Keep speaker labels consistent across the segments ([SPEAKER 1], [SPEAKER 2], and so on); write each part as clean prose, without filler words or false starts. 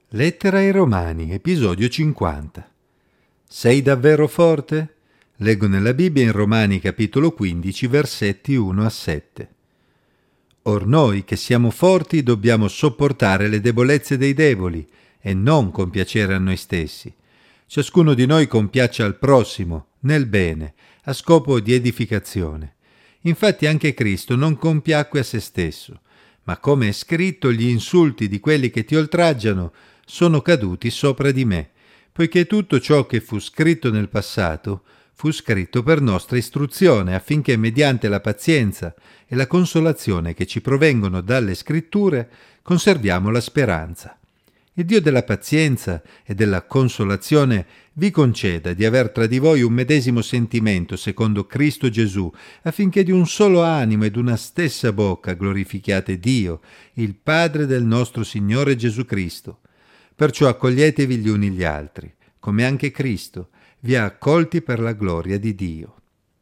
[SPEAKER 1] Lettera ai Romani, episodio 50. Sei davvero forte? Leggo nella Bibbia in Romani capitolo 15, versetti 1 a 7. Or noi che siamo forti dobbiamo sopportare le debolezze dei deboli e non compiacere a noi stessi. Ciascuno di noi compiaccia al prossimo, nel bene, a scopo di edificazione. Infatti anche Cristo non compiacque a se stesso, ma come è scritto, gli insulti di quelli che ti oltraggiano sono caduti sopra di me, poiché tutto ciò che fu scritto nel passato fu scritto per nostra istruzione, affinché mediante la pazienza e la consolazione che ci provengono dalle scritture conserviamo la speranza. Il Dio della pazienza e della consolazione vi conceda di aver tra di voi un medesimo sentimento secondo Cristo Gesù, affinché di un solo animo ed una stessa bocca glorifichiate Dio, il Padre del nostro Signore Gesù Cristo. Perciò accoglietevi gli uni gli altri, come anche Cristo vi ha accolti per la gloria di Dio.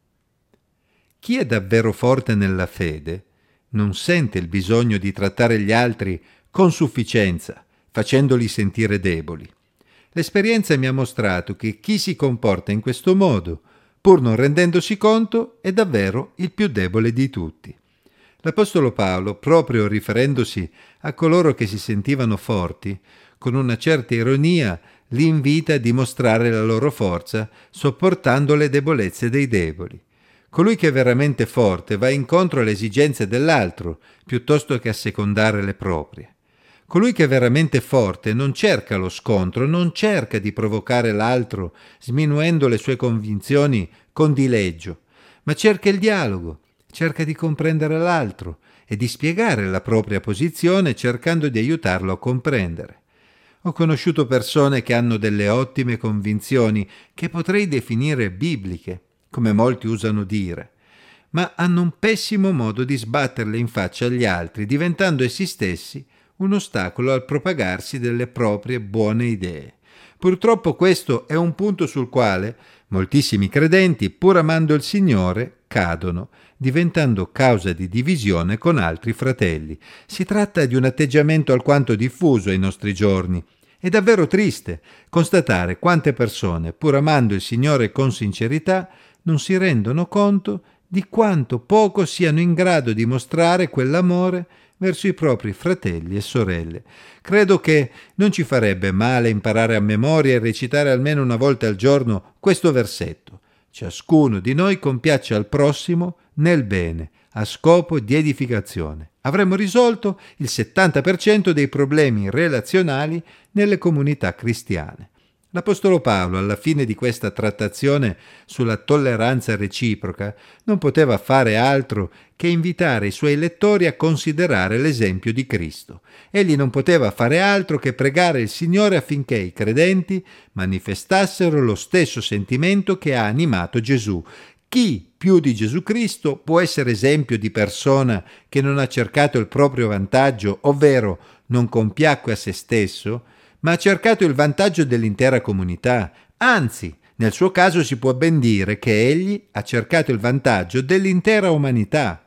[SPEAKER 1] Chi è davvero forte nella fede non sente il bisogno di trattare gli altri con sufficienza, facendoli sentire deboli. L'esperienza mi ha mostrato che chi si comporta in questo modo, pur non rendendosi conto, è davvero il più debole di tutti. L'Apostolo Paolo, proprio riferendosi a coloro che si sentivano forti, con una certa ironia li invita a dimostrare la loro forza sopportando le debolezze dei deboli. Colui che è veramente forte va incontro alle esigenze dell'altro piuttosto che assecondare le proprie. Colui che è veramente forte non cerca lo scontro, non cerca di provocare l'altro sminuendo le sue convinzioni con dileggio, ma cerca il dialogo, cerca di comprendere l'altro e di spiegare la propria posizione cercando di aiutarlo a comprendere. Ho conosciuto persone che hanno delle ottime convinzioni che potrei definire bibliche, come molti usano dire, ma hanno un pessimo modo di sbatterle in faccia agli altri, diventando essi stessi un ostacolo al propagarsi delle proprie buone idee. Purtroppo questo è un punto sul quale moltissimi credenti, pur amando il Signore, cadono, diventando causa di divisione con altri fratelli. Si tratta di un atteggiamento alquanto diffuso ai nostri giorni. È davvero triste constatare quante persone, pur amando il Signore con sincerità, non si rendono conto di quanto poco siano in grado di mostrare quell'amore verso i propri fratelli e sorelle. Credo che non ci farebbe male imparare a memoria e recitare almeno una volta al giorno questo versetto. Ciascuno di noi compiaccia al prossimo nel bene, a scopo di edificazione. Avremmo risolto il 70% dei problemi relazionali nelle comunità cristiane. L'Apostolo Paolo, alla fine di questa trattazione sulla tolleranza reciproca, non poteva fare altro che invitare i suoi lettori a considerare l'esempio di Cristo. Egli non poteva fare altro che pregare il Signore affinché i credenti manifestassero lo stesso sentimento che ha animato Gesù. Chi più di Gesù Cristo può essere esempio di persona che non ha cercato il proprio vantaggio, ovvero non compiacque a se stesso, ma ha cercato il vantaggio dell'intera comunità? Anzi, nel suo caso si può ben dire che egli ha cercato il vantaggio dell'intera umanità.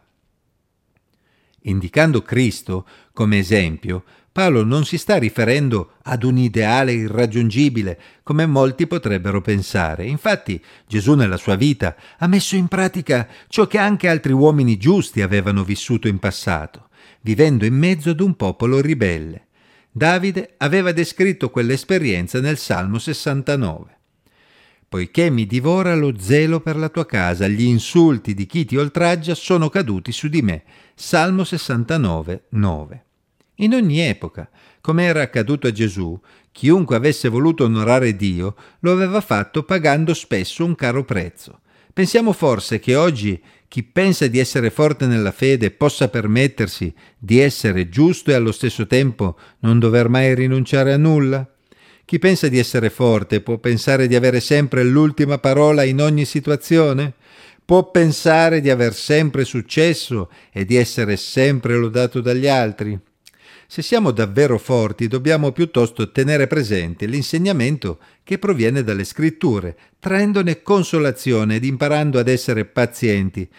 [SPEAKER 1] Indicando Cristo come esempio, Paolo non si sta riferendo ad un ideale irraggiungibile, come molti potrebbero pensare. Infatti, Gesù nella sua vita ha messo in pratica ciò che anche altri uomini giusti avevano vissuto in passato, vivendo in mezzo ad un popolo ribelle. Davide aveva descritto quell'esperienza nel Salmo 69. Poiché mi divora lo zelo per la tua casa, gli insulti di chi ti oltraggia sono caduti su di me. Salmo 69, 9. In ogni epoca, come era accaduto a Gesù, chiunque avesse voluto onorare Dio lo aveva fatto pagando spesso un caro prezzo. Pensiamo forse che oggi chi pensa di essere forte nella fede possa permettersi di essere giusto e allo stesso tempo non dover mai rinunciare a nulla? Chi pensa di essere forte può pensare di avere sempre l'ultima parola in ogni situazione? Può pensare di aver sempre successo e di essere sempre lodato dagli altri? Se siamo davvero forti, dobbiamo piuttosto tenere presente l'insegnamento che proviene dalle scritture, traendone consolazione ed imparando ad essere pazienti,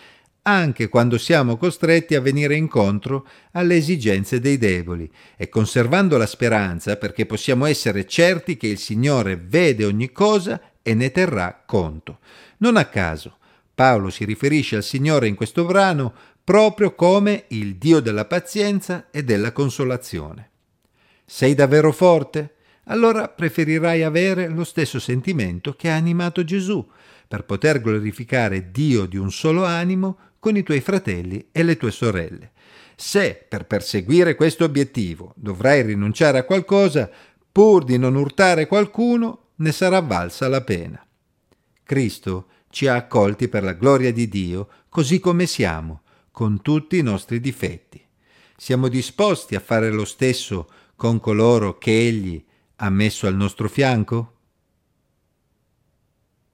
[SPEAKER 1] anche quando siamo costretti a venire incontro alle esigenze dei deboli e conservando la speranza perché possiamo essere certi che il Signore vede ogni cosa e ne terrà conto. Non a caso, Paolo si riferisce al Signore in questo brano proprio come il Dio della pazienza e della consolazione. Sei davvero forte? Allora preferirai avere lo stesso sentimento che ha animato Gesù, per poter glorificare Dio di un solo animo con i tuoi fratelli e le tue sorelle. Se per perseguire questo obiettivo dovrai rinunciare a qualcosa, pur di non urtare qualcuno, ne sarà valsa la pena. Cristo ci ha accolti per la gloria di Dio così come siamo, con tutti i nostri difetti. Siamo disposti a fare lo stesso con coloro che Egli ha messo al nostro fianco?